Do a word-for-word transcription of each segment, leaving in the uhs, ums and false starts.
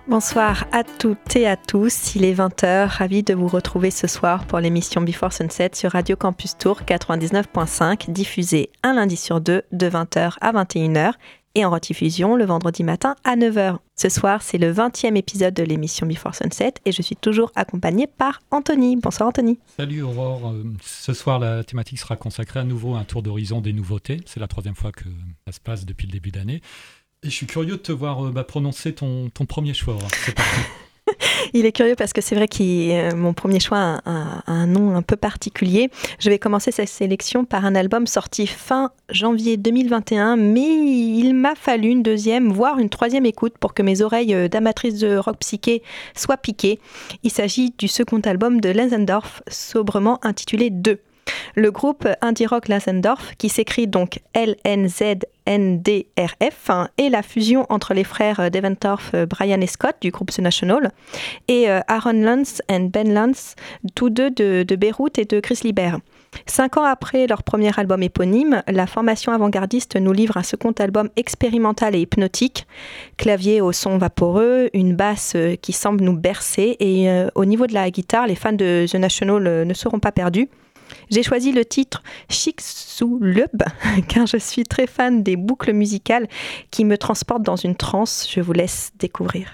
Bonsoir à toutes et à tous, il est vingt heures, ravi de vous retrouver ce soir pour l'émission Before Sunset sur Radio Campus Tour quatre-vingt-dix-neuf virgule cinq, diffusée un lundi sur deux de vingt heures à vingt et une heures et en rediffusion le vendredi matin à neuf heures. Ce soir, c'est le vingtième épisode de l'émission Before Sunset et je suis toujours accompagnée par Anthony. Bonsoir Anthony. Salut Aurore, euh, ce soir la thématique sera consacrée à nouveau à un tour d'horizon des nouveautés. C'est la troisième fois que ça se passe depuis le début d'année. Et je suis curieux de te voir euh, bah, prononcer ton, ton premier choix. Aurore. C'est parti. Il est curieux parce que c'est vrai que euh, mon premier choix a, a, a un nom un peu particulier. Je vais commencer cette sélection par un album sorti fin janvier deux mille vingt et un, mais il m'a fallu une deuxième, voire une troisième écoute pour que mes oreilles d'amatrice de rock psyché soient piquées. Il s'agit du second album de Lenzendorf, sobrement intitulé deux. Le groupe indie rock Lenzendorf, qui s'écrit donc L N Z N D R F, hein, est la fusion entre les frères Devendorf, Brian et Scott du groupe The National et euh, Aaron Lance et Ben Lance, tous deux de, de Beyrouth et de Chris Liber. Cinq ans après leur premier album éponyme, la formation avant-gardiste nous livre un second album expérimental et hypnotique, clavier au son vaporeux, une basse qui semble nous bercer et euh, au niveau de la guitare, les fans de The National euh, ne seront pas perdus. J'ai choisi le titre Chicxulub car je suis très fan des boucles musicales qui me transportent dans une transe. Je vous laisse découvrir.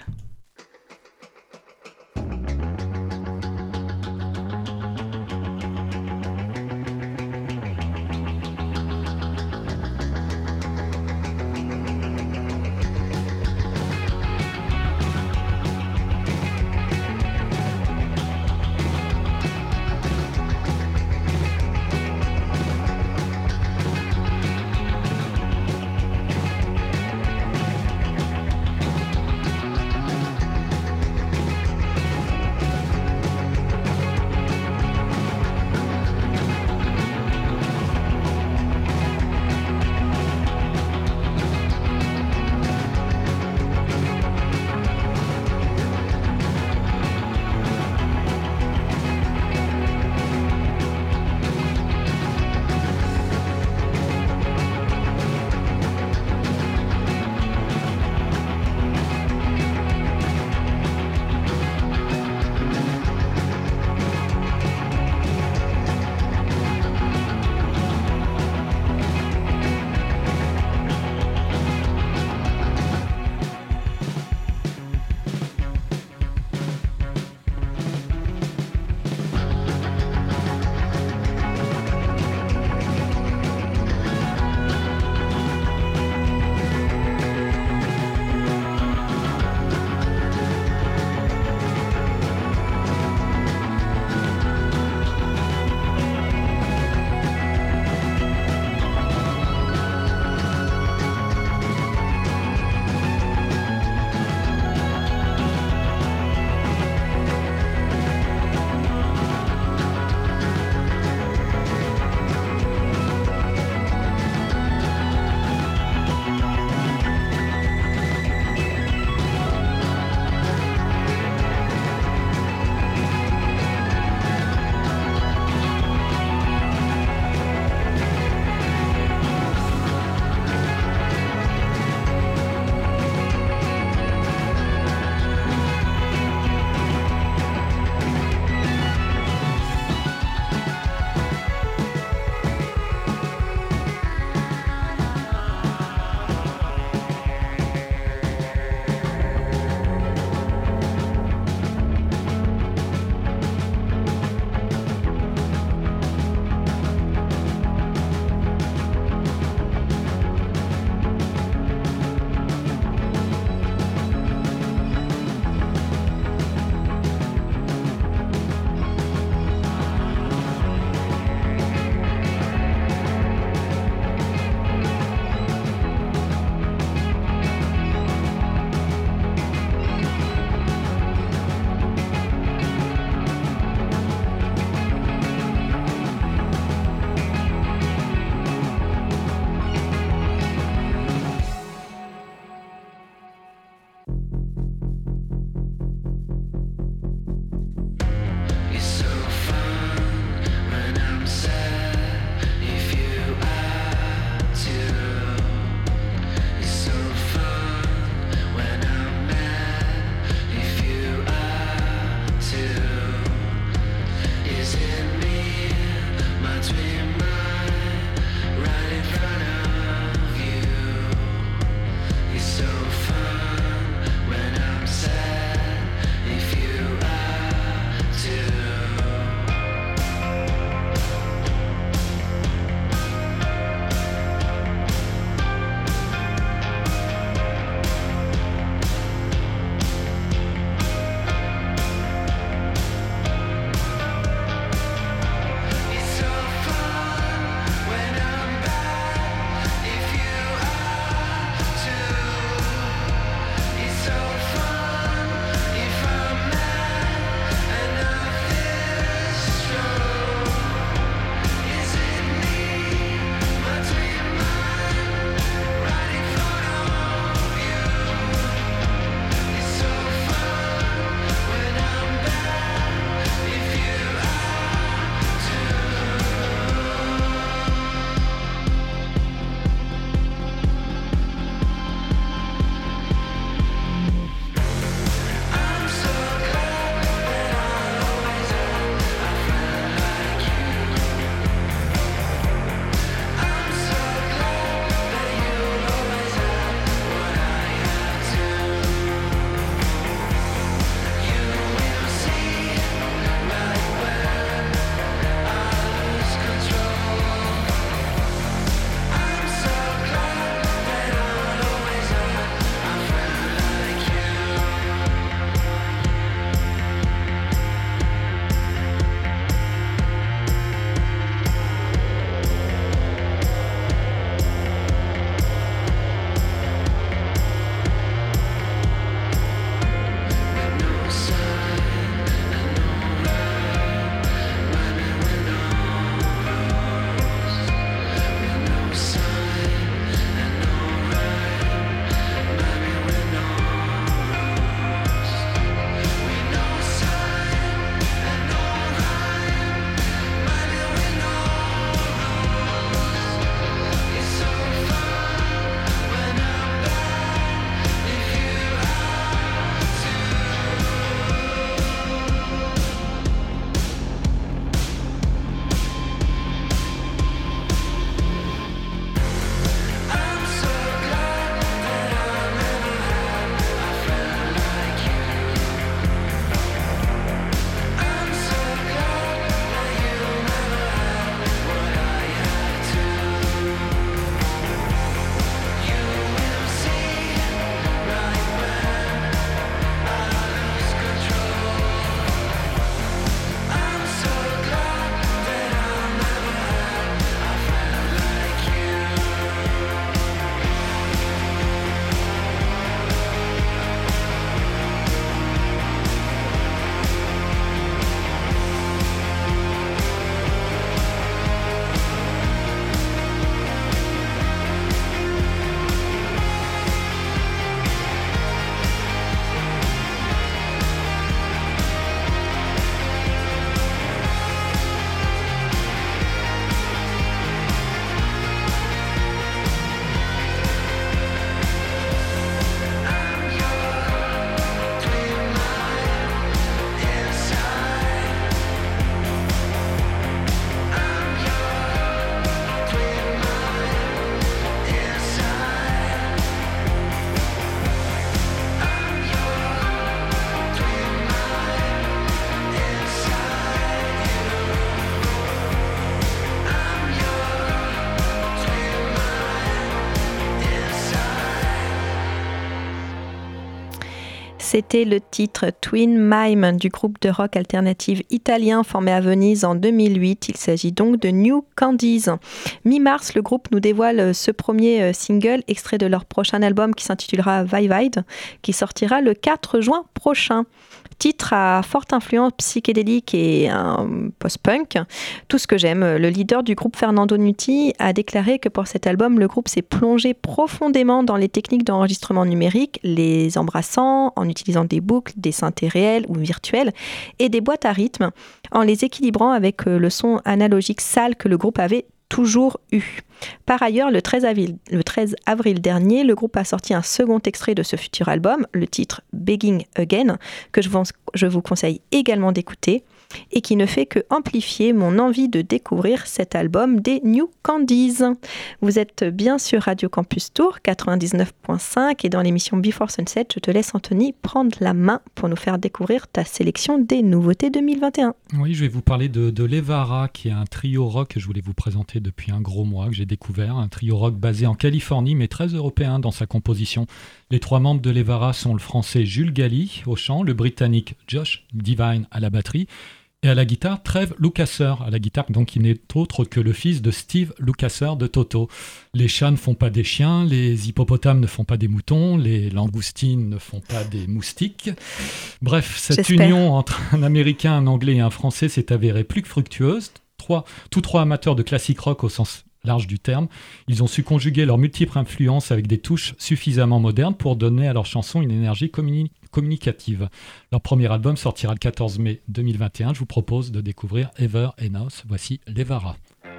C'était le titre Twin Mime du groupe de rock alternative italien formé à Venise en deux mille huit. Il s'agit donc de New Candies. Mi-mars, le groupe nous dévoile ce premier single, extrait de leur prochain album qui s'intitulera Vivid, qui sortira le quatre juin prochain. Titre à forte influence psychédélique et un post-punk. Tout ce que j'aime. Le leader du groupe, Fernando Nuti, a déclaré que pour cet album, le groupe s'est plongé profondément dans les techniques d'enregistrement numérique, les embrassant en utilisant des boucles, des synthés réels ou virtuels et des boîtes à rythme, en les équilibrant avec le son analogique sale que le groupe avait toujours eu. Par ailleurs, le treize avril, le treize avril dernier, le groupe a sorti un second extrait de ce futur album, le titre Begging Again, que je vous, je vous conseille également d'écouter et qui ne fait que amplifier mon envie de découvrir cet album des New Candies. Vous êtes bien sur Radio Campus Tour quatre-vingt-dix-neuf point cinq et dans l'émission Before Sunset, je te laisse Anthony prendre la main pour nous faire découvrir ta sélection des nouveautés deux mille vingt et un. Oui, je vais vous parler de, de Levara, qui est un trio rock que je voulais vous présenter depuis un gros mois, que j'ai découvert, un trio rock basé en Californie mais très européen dans sa composition. Les trois membres de Levara sont le français Jules Galli au chant, le britannique Josh Divine à la batterie et à la guitare Trev Lukather à la guitare, donc il n'est autre que le fils de Steve Lukather de Toto. Les chats ne font pas des chiens, les hippopotames ne font pas des moutons, les langoustines ne font pas des moustiques. Bref, cette J'espère. union entre un Américain, un Anglais et un Français s'est avérée plus que fructueuse. Trois, tous trois amateurs de classique rock au sens large du terme, ils ont su conjuguer leurs multiples influences avec des touches suffisamment modernes pour donner à leurs chansons une énergie communi- communicative. Leur premier album sortira le quatorze mai deux mille vingt et un. Je vous propose de découvrir Ever and House. Voici Levara.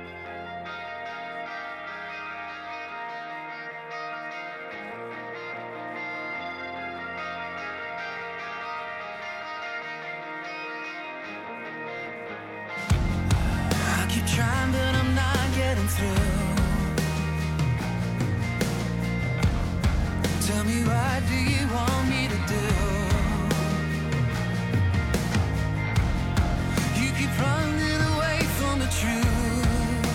Trying, but I'm not getting through. Tell me, what do you want me to do? You keep running away from the truth.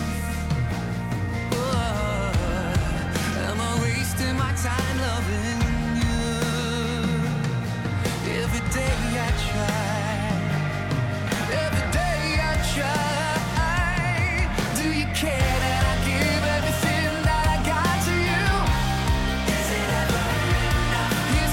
Oh, am I wasting my time loving you? Every day I try. Every day I try. Care that I give everything that I got to you? Is it ever enough?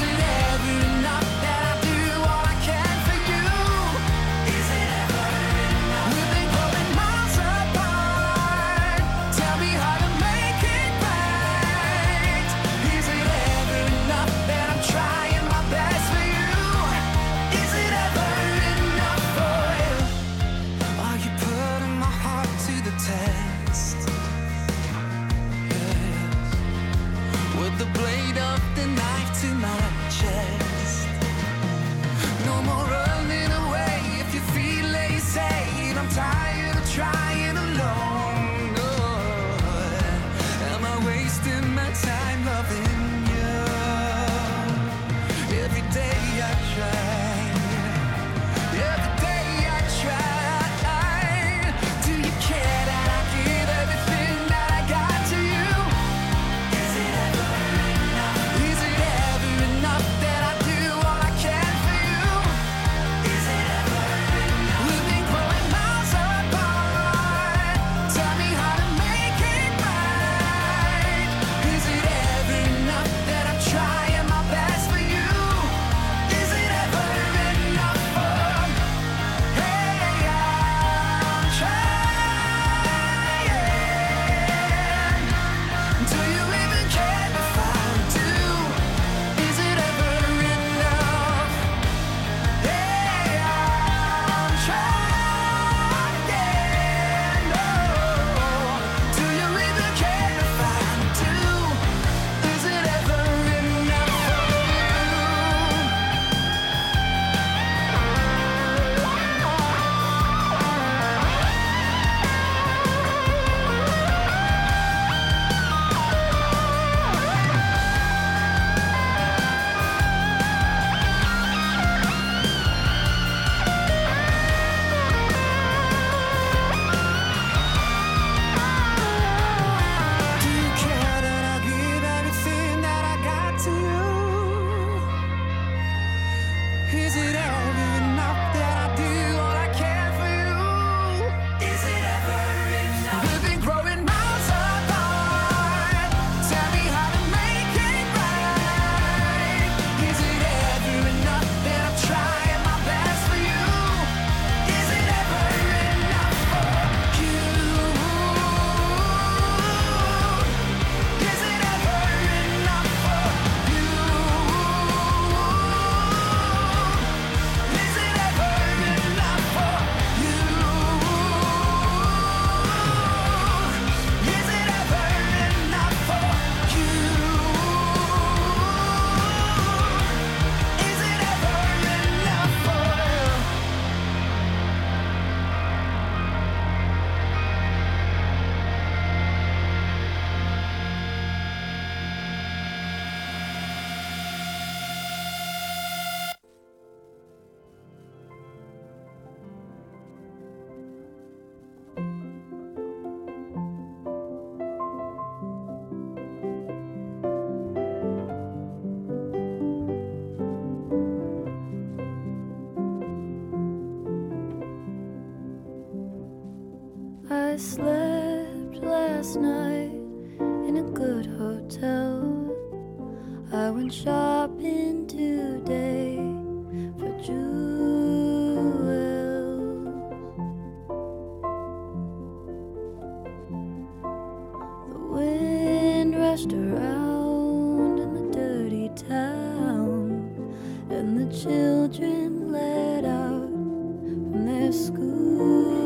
last night in a good hotel. I went shopping today for jewels. The wind rushed around in the dirty town, and the children let out from their school.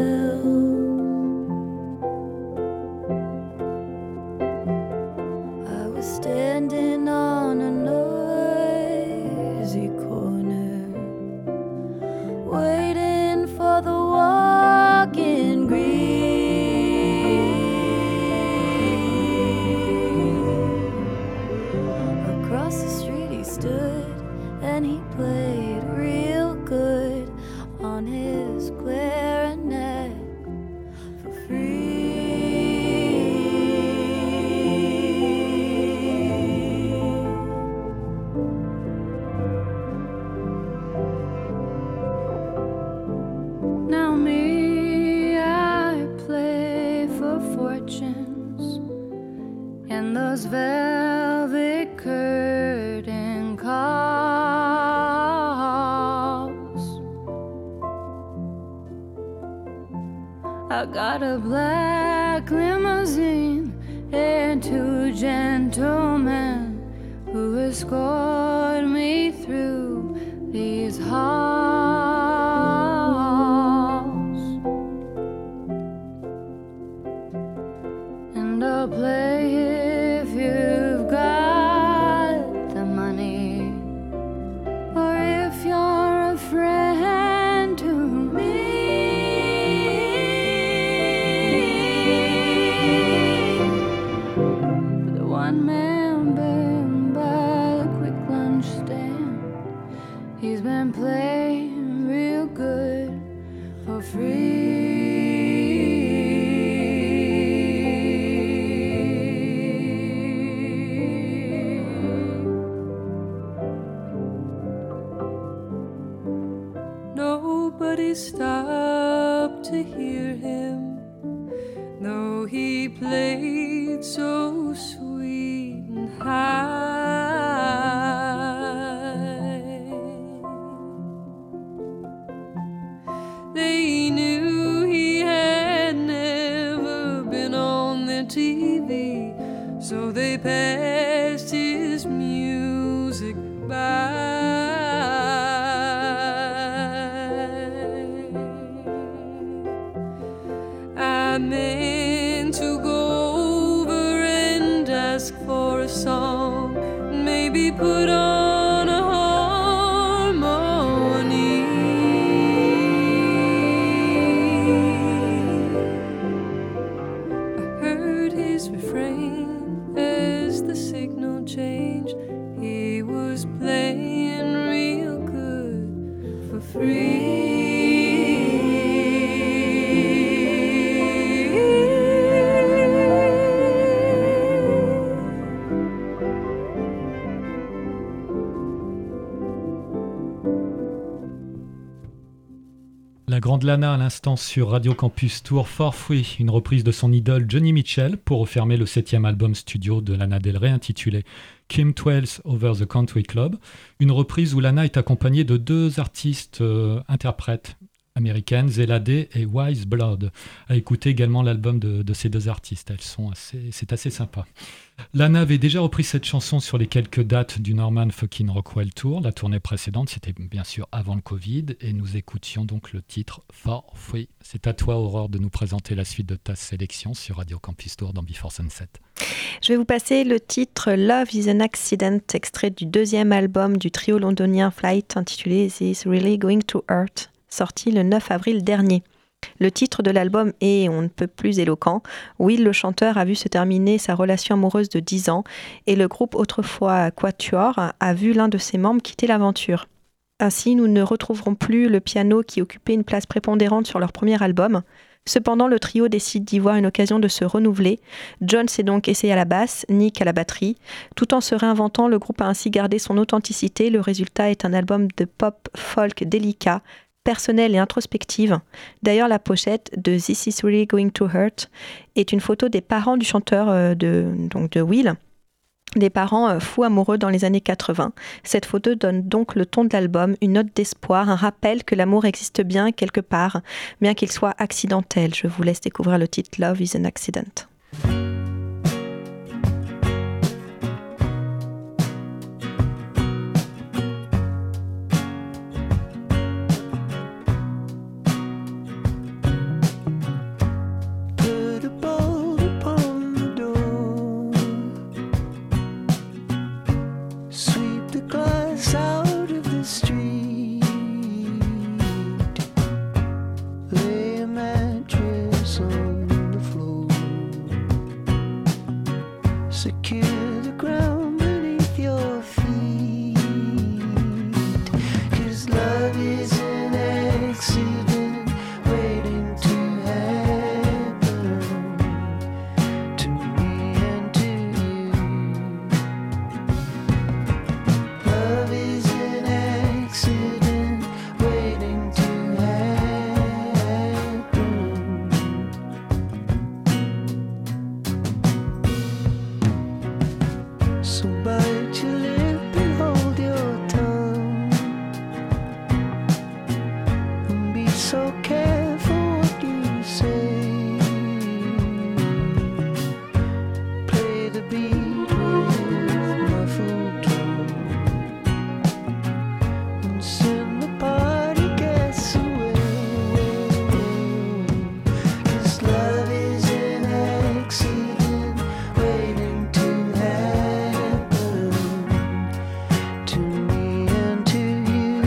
I was standing on a noisy corner, waiting for the walking green. Across the street he stood and he played real good on his clarinet for free. Now me, I play for fortunes in those velvet curtain calls. I got a black limousine and two gentlemen who escort me through these halls. And I'll play if you've got the money, or if you're a friend to me. The one man been by the quick lunch stand, he's been playing real good for free. Nobody stopped to hear him, though he played so sweet and high. They knew he had never been on the T V, so they passed his music by. I meant to go over and ask for a song, maybe put on a harmony. I heard his refrain as the signal changed. He was playing real good for free. La grande Lana à l'instant sur Radio Campus Tour, For Free, une reprise de son idole Johnny Mitchell pour refermer le septième album studio de Lana Del Rey intitulé Kim Twelve Over the Country Club. Une reprise où Lana est accompagnée de deux artistes euh, interprètes américaines, Zella Day et Wise Blood. À écouter également l'album de, de ces deux artistes, elles sont assez, c'est assez sympa. Lana avait déjà repris cette chanson sur les quelques dates du Norman Fucking Rockwell Tour. La tournée précédente, c'était bien sûr avant le Covid, et nous écoutions donc le titre For Free. C'est à toi, Aurore, de nous présenter la suite de ta sélection sur Radio Campus Tour dans Before Sunset. Je vais vous passer le titre Love is an Accident, extrait du deuxième album du trio londonien Flight intitulé This Is Really Going to Hurt, sorti le neuf avril dernier. Le titre de l'album est on ne peut plus éloquent. Will, le chanteur, a vu se terminer sa relation amoureuse de dix ans et le groupe autrefois Quatuor a vu l'un de ses membres quitter l'aventure. Ainsi, nous ne retrouverons plus le piano qui occupait une place prépondérante sur leur premier album. Cependant, le trio décide d'y voir une occasion de se renouveler. John s'est donc essayé à la basse, Nick à la batterie. Tout en se réinventant, le groupe a ainsi gardé son authenticité. Le résultat est un album de pop folk délicat, personnelle et introspective. D'ailleurs, la pochette de This Is Really Going to Hurt est une photo des parents du chanteur euh, de, donc de Will, des parents euh, fous amoureux dans les années quatre-vingts. Cette photo donne donc le ton de l'album, une note d'espoir, un rappel que l'amour existe bien quelque part, bien qu'il soit accidentel. Je vous laisse découvrir le titre Love is an Accident. Put a bolt upon the door. Sweep the glass out of the street. Lay a mattress on the floor. Secure the ground beneath your feet. 'Cause love is an accident waiting to happen to me and to you. Love is an accident waiting to happen. So bite your lip and hold your tongue, and be so careful what you say. Play the beat with muffled drum, and send the party guests away. 'Cause love is an accident waiting to happen to me and to you.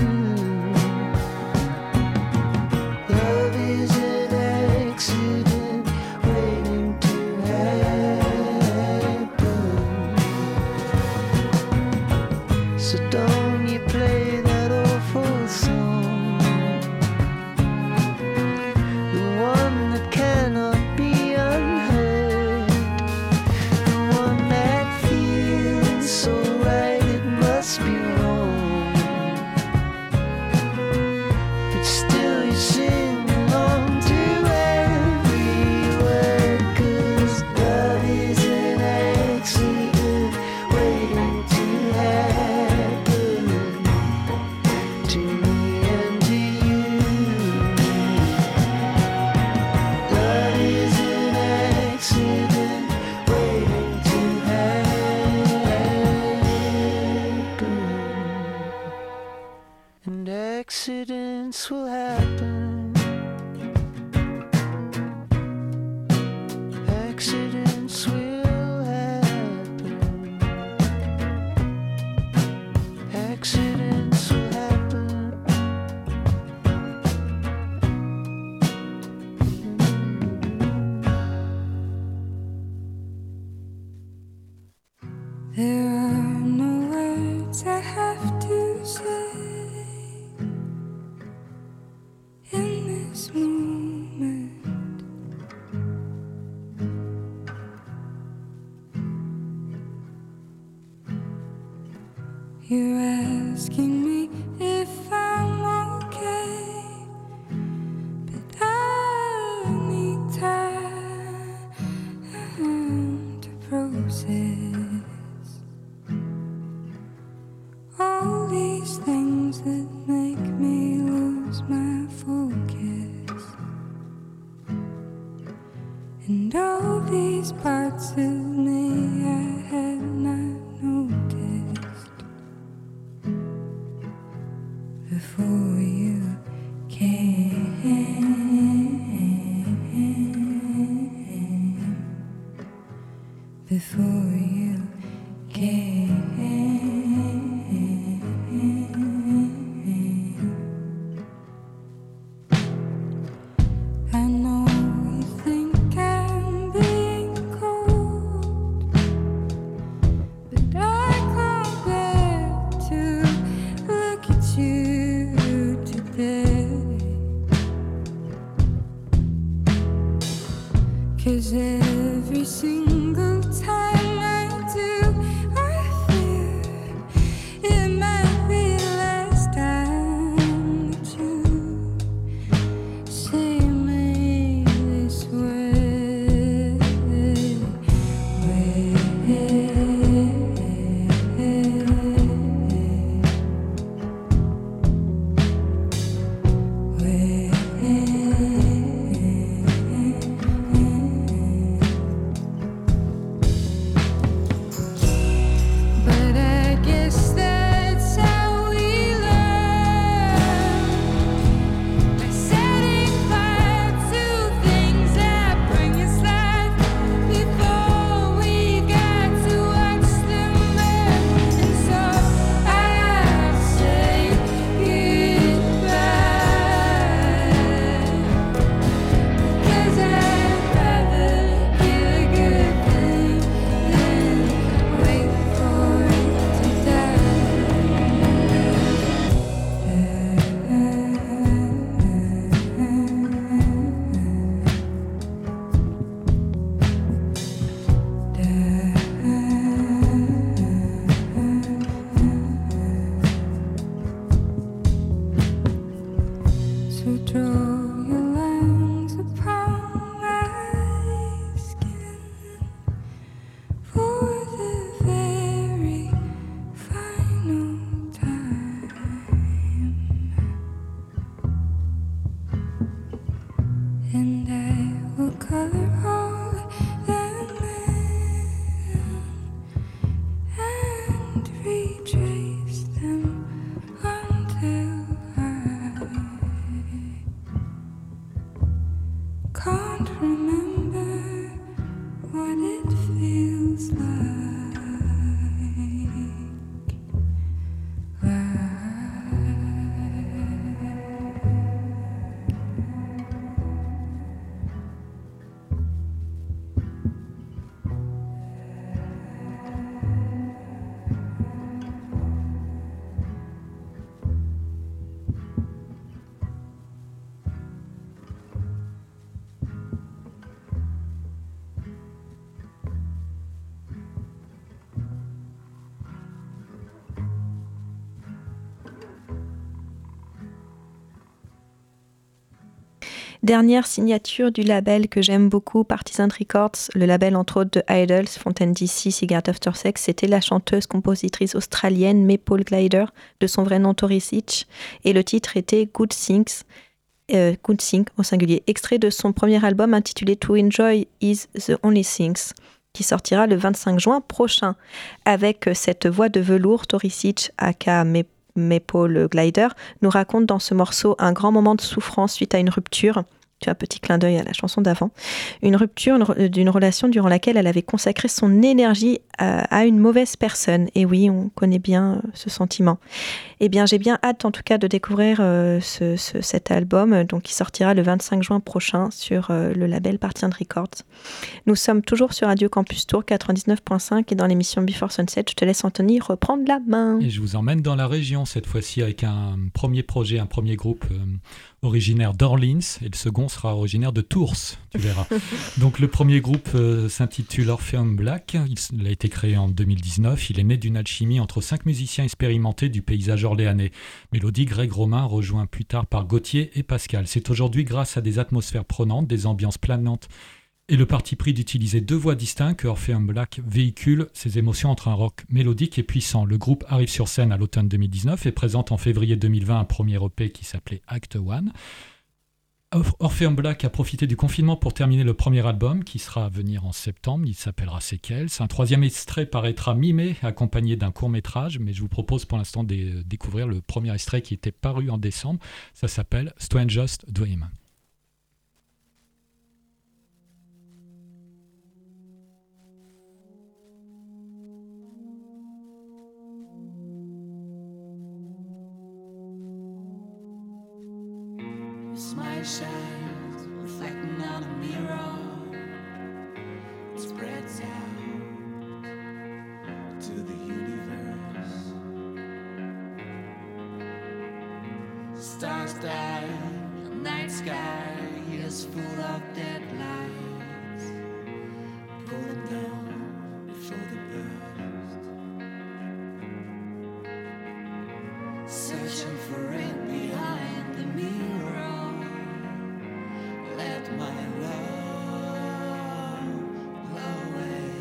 Love is an accident waiting to happen. So don't you play that awful song, the one that cannot be unheard, the one that feels so right it must be wrong, but still you sing along to every word. 'Cause love is an accident waiting to happen to me and to you. Love is an accident waiting to happen. And accidents will happen. Accidents will happen. Accidents will happen. There are no words I have to say in this moment. You're asking me if I'm okay, but I need time to process all these things that make me lose my focus, and all these parts of me I had not noticed before you came. Before you came. I know you think I'm being cold, but I can't bear to look at you today. 'Cause every single time I do, I fear it might be the last time that you Dernière signature du label que j'aime beaucoup, Partisan Records, le label entre autres de Idols, Fontaine D C, Cigarette After Sex, c'était la chanteuse-compositrice australienne Maple Glider, de son vrai nom Tori Sitch, et le titre était Good Things, euh, Good Thing au singulier, extrait de son premier album intitulé To Enjoy Is the Only Things, qui sortira le vingt-cinq juin prochain. Avec cette voix de velours, Tori Sitch, aka Maple Maple Glider, nous raconte dans ce morceau un grand moment de souffrance suite à une rupture. Tu as un petit clin d'œil à la chanson d'avant. Une rupture une, d'une relation durant laquelle elle avait consacré son énergie à, à une mauvaise personne. Et oui, on connaît bien ce sentiment. Eh bien, j'ai bien hâte en tout cas de découvrir euh, ce, ce, cet album, donc, qui sortira le vingt-cinq juin prochain sur euh, le label Partisan Records. Nous sommes toujours sur Radio Campus Tour quatre-vingt-dix-neuf virgule cinq et dans l'émission Before Sunset. Je te laisse, Anthony, reprendre la main. Et je vous emmène dans la région cette fois-ci avec un premier projet, un premier groupe euh, originaire d'Orleans et le second sera originaire de Tours, tu verras. Donc le premier groupe euh, s'intitule Orpheum Black. Il, il a été créé en deux mille dix-neuf. Il est né d'une alchimie entre cinq musiciens expérimentés du paysage orléanais. Mélodie, Greg Romain, rejoint plus tard par Gauthier et Pascal. C'est aujourd'hui grâce à des atmosphères prenantes, des ambiances planantes et le parti pris d'utiliser deux voix distinctes que Orpheum Black véhicule ses émotions entre un rock mélodique et puissant. Le groupe arrive sur scène à l'automne deux mille dix-neuf et présente en février deux mille vingt un premier E P qui s'appelait Act un. Orpheum Black a profité du confinement pour terminer le premier album qui sera à venir en septembre, il s'appellera Sequels. Un troisième extrait paraîtra mi-mai accompagné d'un court-métrage, mais je vous propose pour l'instant de découvrir le premier extrait qui était paru en décembre, ça s'appelle Strangest Dream. Smile shines, reflecting on a mirror. It spreads out to the universe. Stars die, the night sky is full of dead lights. Pull them down before they burst. Searching for it behind the mirror. Let my love blow away.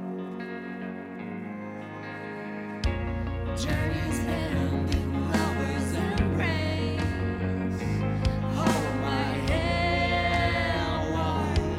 Journeys end in lovers' embrace. Hold my hand while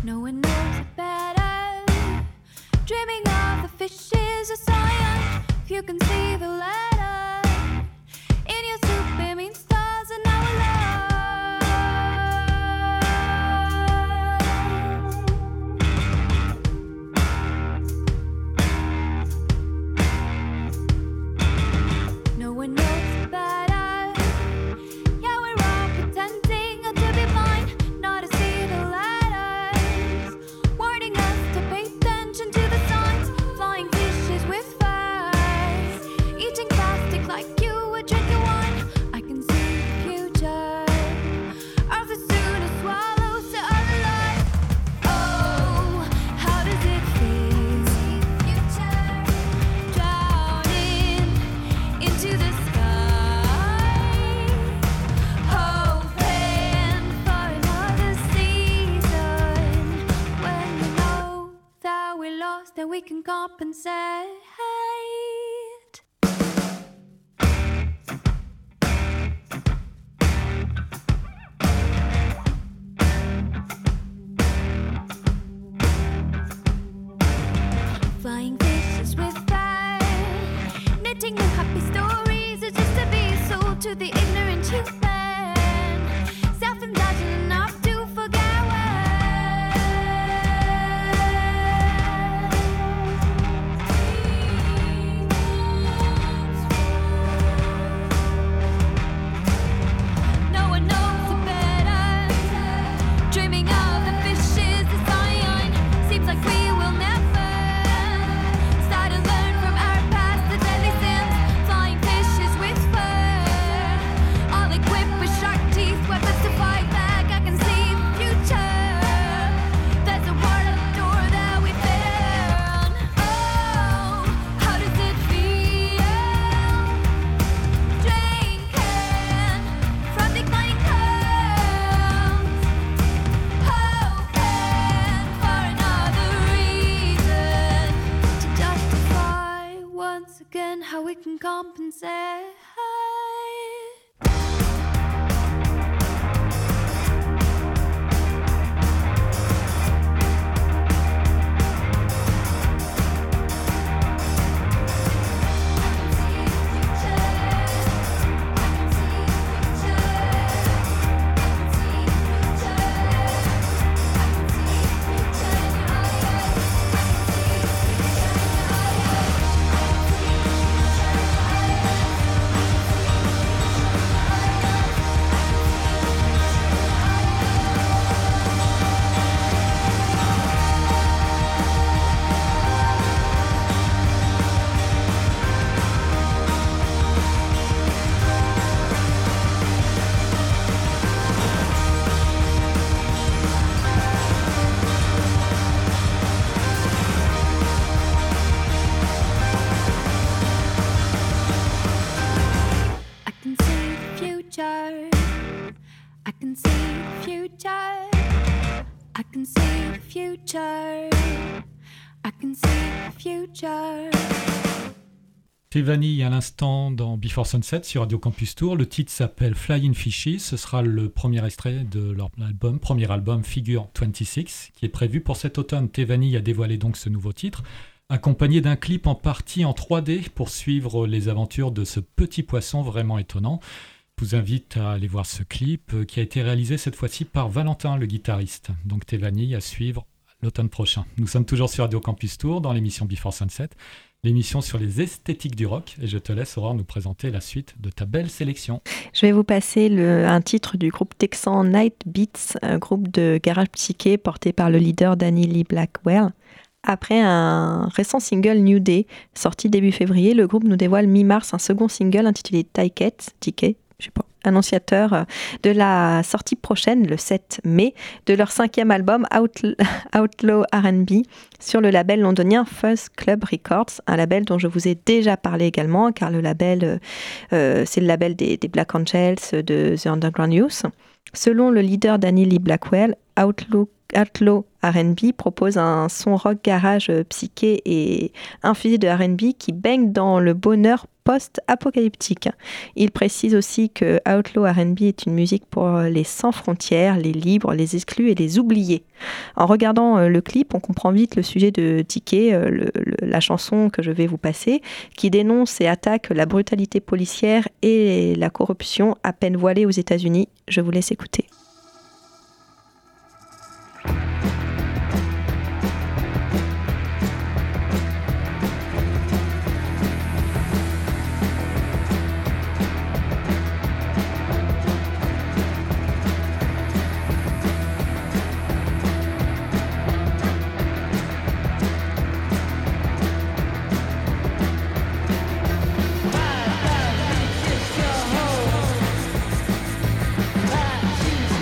No one knows it better. Dreaming of the fishes of science. If you can see the letter in your soup, it means stars and our love. No one knows it better. Yeah, we're all pretending to be blind, not to see the letters, warning us to pay attention to the signs. Flying fishes with furs, eating plastic like you would drink a wine. I can see the future of the soon as swallows to other life. Oh, how does it feel? Future drowning into the sky, hoping for another season. When we know that we lost, then we can compensate. Flying fishes with pride, knitting new happy stories. It's just to be sold to the ignorant human, self-indulgent enough to forget when. No one knows it better. Dreaming of the fishes, the sign seems like we will never start to learn from our past, the deadly sins. Flying fishes with fur, all equipped with shark teeth, weapons to fight back. I can see the future. There's a word at the door that we found. Oh, how does it feel? Drinking from declining clouds, hoping for another reason to justify once again how we can compensate. I can see the future. I can see the future. I can see the future. I can see the future. Tevani à l'instant dans Before Sunset sur Radio Campus Tour. Le titre s'appelle Flying Fishes. Ce sera le premier extrait de leur album, premier album Figure vingt-six, qui est prévu pour cet automne. Tevani a dévoilé donc ce nouveau titre, accompagné d'un clip en partie en trois D pour suivre les aventures de ce petit poisson vraiment étonnant. Je vous invite à aller voir ce clip qui a été réalisé cette fois-ci par Valentin, le guitariste. Donc Tevani à suivre l'automne prochain. Nous sommes toujours sur Radio Campus Tour dans l'émission Before Sunset, l'émission sur les esthétiques du rock, et je te laisse, Aurore, nous présenter la suite de ta belle sélection. Je vais vous passer le, un titre du groupe texan Night Beats, un groupe de garage psyché porté par le leader Danny Lee Blackwell. Après un récent single New Day, sorti début février, le groupe nous dévoile mi-mars un second single intitulé Ticket, Ticket, je sais pas, annonciateur de la sortie prochaine, le sept mai, de leur cinquième album Outl- Outlaw R and B sur le label londonien Fuzz Club Records, un label dont je vous ai déjà parlé également, car le label, euh, c'est le label des, des Black Angels, de The Underground Youth. Selon le leader Danny Lee Blackwell, Outlaw Outlaw R and B propose un son rock garage psyché et infusé de R and B qui baigne dans le bonheur post-apocalyptique. Il précise aussi que Outlaw R and B est une musique pour les sans frontières, les libres, les exclus et les oubliés. En regardant le clip, on comprend vite le sujet de Ticket, le, le, la chanson que je vais vous passer, qui dénonce et attaque la brutalité policière et la corruption à peine voilée aux États-Unis. Je vous laisse écouter. Jesus.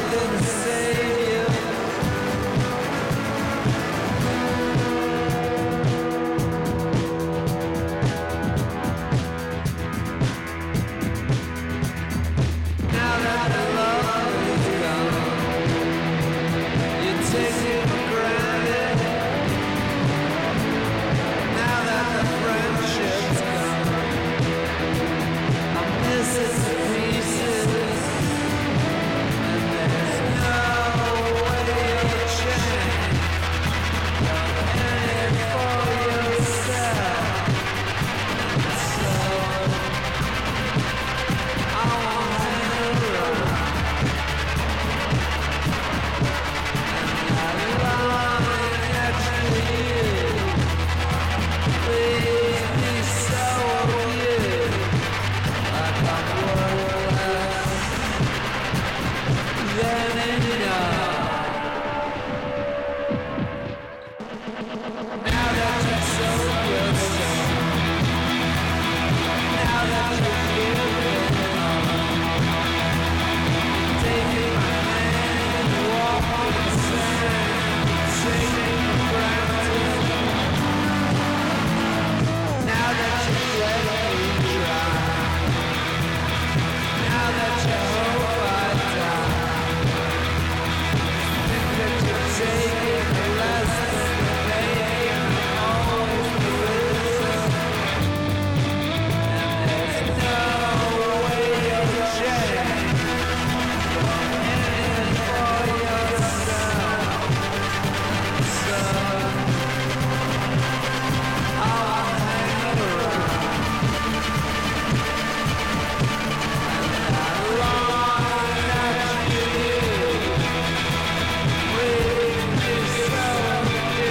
can save you. Now that the love is gone, you take it for granted. Now that the friendship's gone, I miss it to pieces. And there's no way to change. You're in it for yourself. So I won't hang around. And I lie next to you. Please be so of you. Like I'm worthless. Then enough. Now that you've sold yourself, now that you've given up, taking my hand and walking the sand, taking for granted. Now that you've let me try, now that you hope I die, think that you're taking the lessons that making me always the reason. And there's no way to change. You're in it for yourself. So I'll hang around. And I long after you. Please be so of you.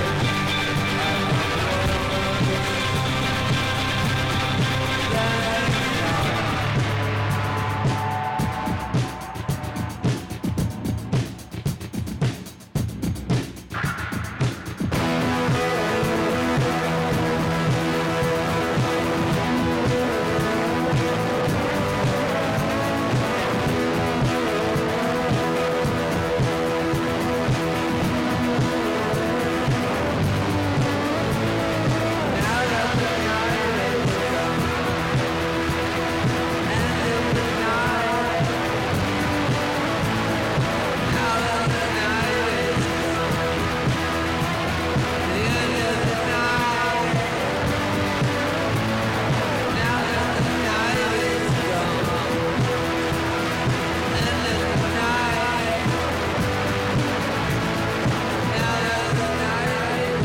Now that the night is gone, end of the night. Now that the night is gone, the end of the night. Now that the night is gone, end of the night. Now that the night is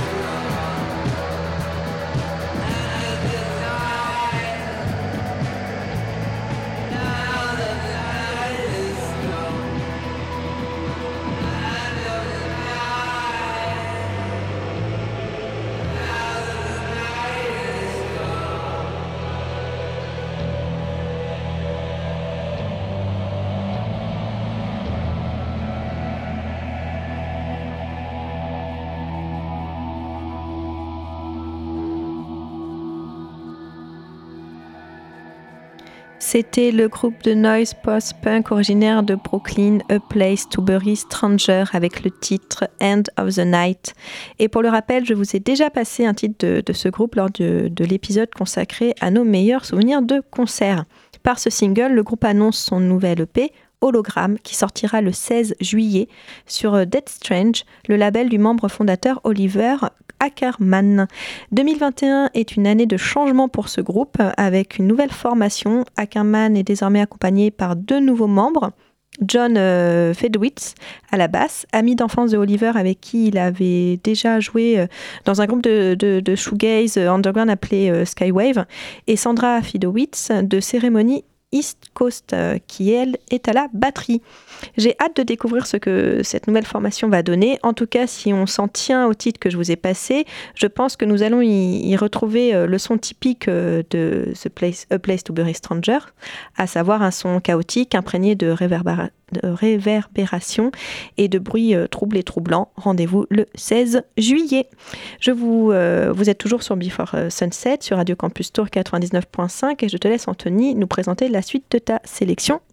C'était le groupe de noise post-punk originaire de Brooklyn, A Place to Bury Stranger, avec le titre End of the Night. Et pour le rappel, je vous ai déjà passé un titre de, de ce groupe lors de, de l'épisode consacré à nos meilleurs souvenirs de concerts. Par ce single, le groupe annonce son nouvel E P, Hologramme, qui sortira le seize juillet sur Dead Strange, le label du membre fondateur Oliver Ackerman. deux mille vingt et un est une année de changement pour ce groupe, avec une nouvelle formation. Ackerman est désormais accompagné par deux nouveaux membres, John euh, Fedowitz à la basse, ami d'enfance de Oliver avec qui il avait déjà joué euh, dans un groupe de, de, de shoegaze euh, underground appelé euh, Skywave, et Sandra Fedowitz de Cérémonie East Coast, euh, qui elle est à la batterie. J'ai hâte de découvrir ce que cette nouvelle formation va donner. En tout cas, si on s'en tient au titre que je vous ai passé, je pense que nous allons y, y retrouver euh, le son typique euh, de The Place, A Place to Bury Stranger, à savoir un son chaotique imprégné de, réverbéra- de réverbération et de bruits euh, troubles et troublants. Rendez-vous le seize juillet. Je vous, euh, vous êtes toujours sur Before Sunset, sur Radio Campus Tour quatre-vingt-dix-neuf point cinq, et je te laisse, Anthony, nous présenter la suite de ta sélection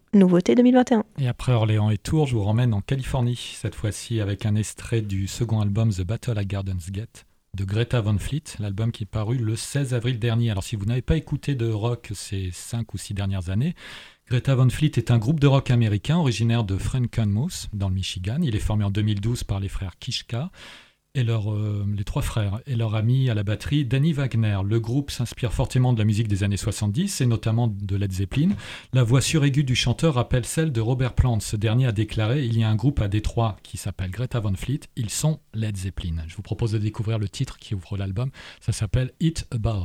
nouveauté deux mille vingt et un. Et après Orléans et Tours, je vous ramène en Californie, cette fois-ci avec un extrait du second album The Battle at Gardens Gate de Greta Van Fleet, l'album qui est paru le seize avril dernier. Alors si vous n'avez pas écouté de rock ces cinq ou six dernières années, Greta Van Fleet est un groupe de rock américain originaire de Frankenmuth, dans le Michigan. Il est formé en deux mille douze par les frères Kishka, et leur, euh, les trois frères, et leur ami à la batterie, Danny Wagner. Le groupe s'inspire fortement de la musique des années soixante-dix, et notamment de Led Zeppelin. La voix suraiguë du chanteur rappelle celle de Robert Plant. Ce dernier a déclaré « Il y a un groupe à Détroit qui s'appelle Greta Van Fleet, ils sont Led Zeppelin ». Je vous propose de découvrir le titre qui ouvre l'album, ça s'appelle « It Above ».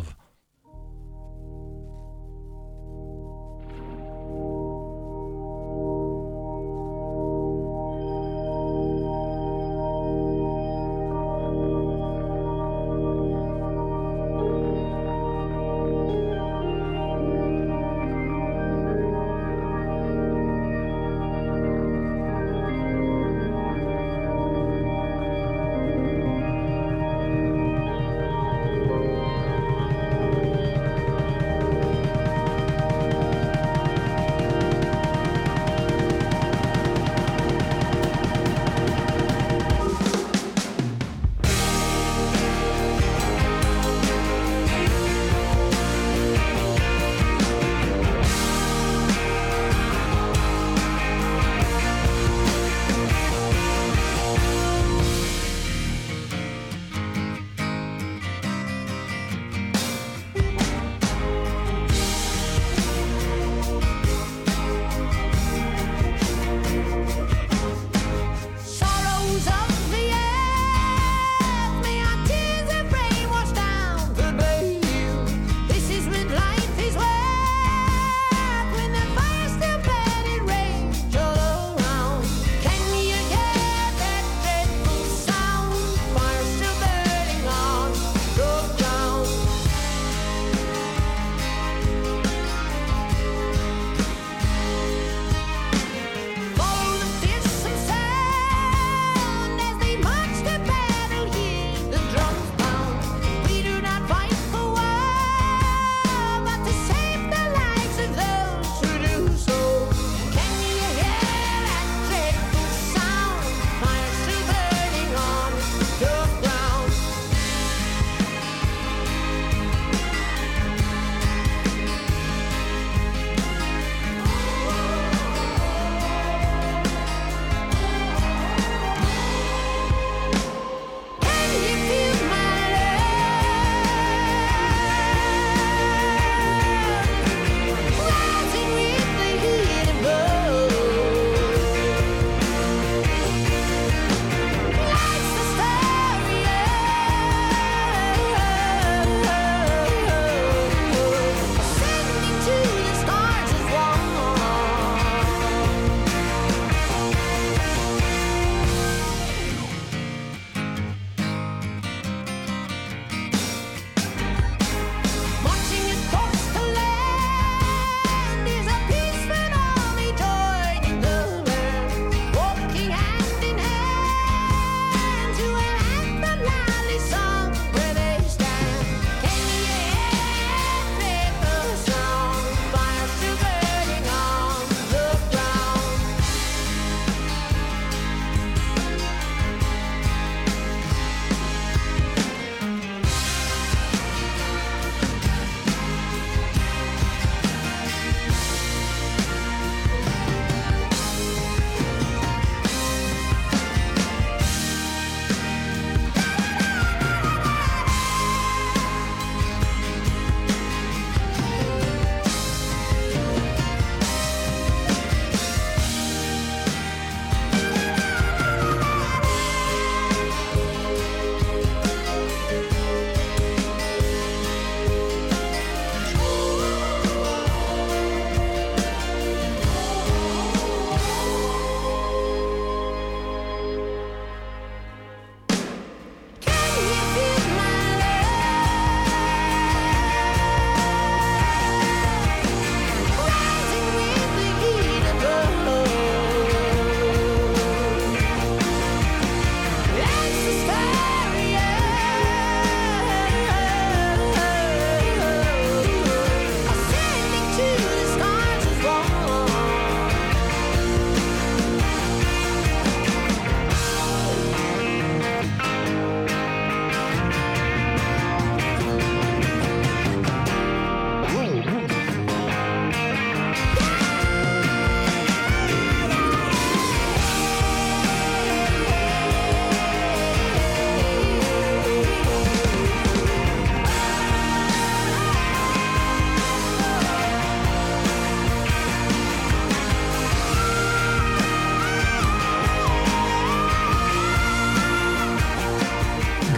Thank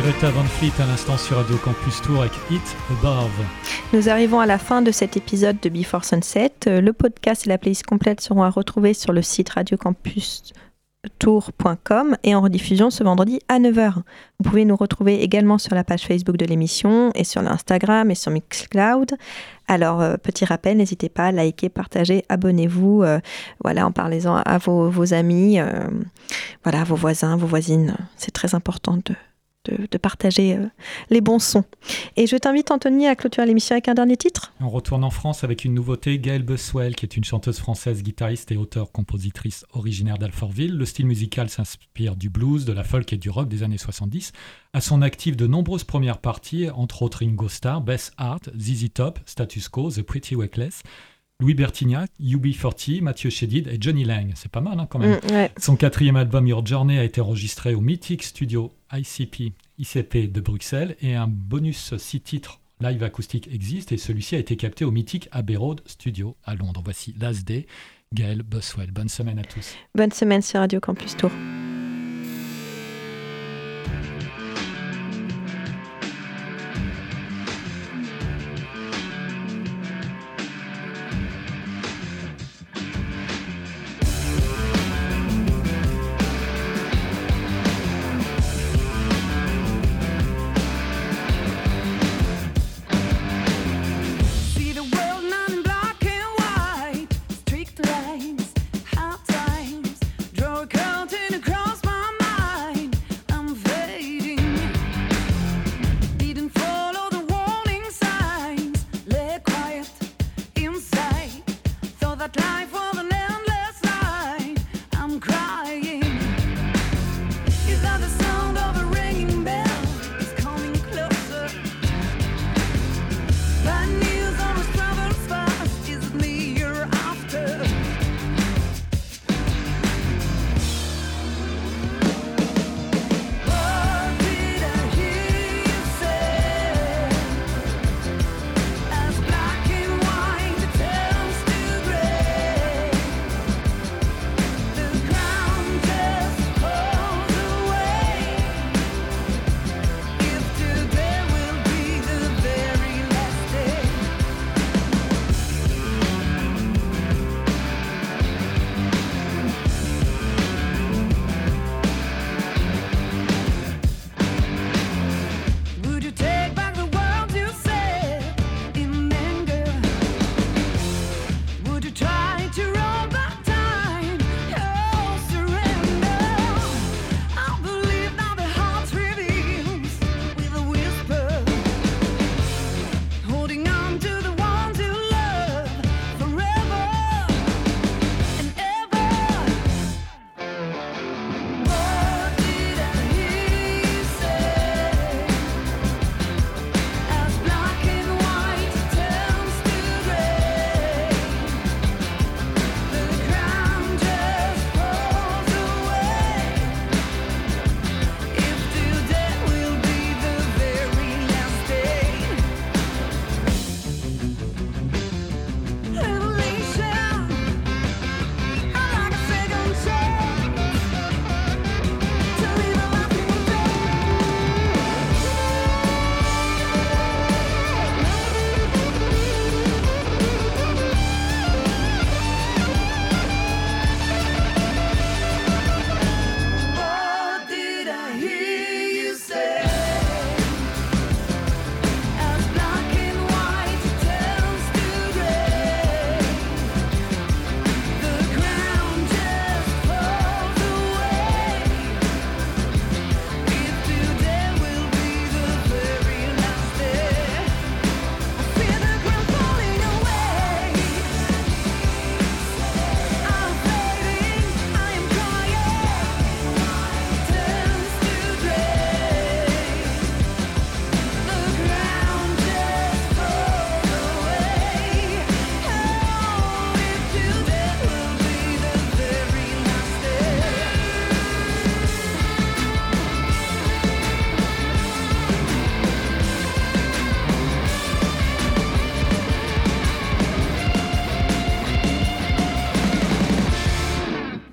Greta Van Fleet à l'instant sur Radio Campus Tour avec It Above. Nous arrivons à la fin de cet épisode de Before Sunset. Euh, Le podcast et la playlist complète seront à retrouver sur le site radio campus tour point com et en rediffusion ce vendredi à neuf heures. Vous pouvez nous retrouver également sur la page Facebook de l'émission et sur l'Instagram et sur Mixcloud. Alors, euh, petit rappel, n'hésitez pas à liker, partager, abonnez-vous, euh, voilà, en parlant à vos, vos amis, euh, voilà, vos voisins, vos voisines. C'est très important de, de, de partager euh, les bons sons. Et je t'invite, Anthony, à clôturer l'émission avec un dernier titre. On retourne en France avec une nouveauté, Gaëlle Buswell, qui est une chanteuse française, guitariste et auteure-compositrice originaire d'Alfortville. Le style musical s'inspire du blues, de la folk et du rock des années soixante-dix. À son actif, de nombreuses premières parties, entre autres Ringo Starr, Beth Hart, Z Z Top, Status Quo, The Pretty Reckless, Louis Bertignac, U B quarante, Mathieu Chédid et Johnny Lang. C'est pas mal hein, quand même. Mmh, ouais. Son quatrième album Your Journey a été enregistré au mythique studio I C P, I C P de Bruxelles et un bonus six titres live acoustique existe et celui-ci a été capté au mythique Abbey Road Studio à Londres. Voici Last Day, Gaëlle Buswell. Bonne semaine à tous. Bonne semaine sur Radio Campus Tour.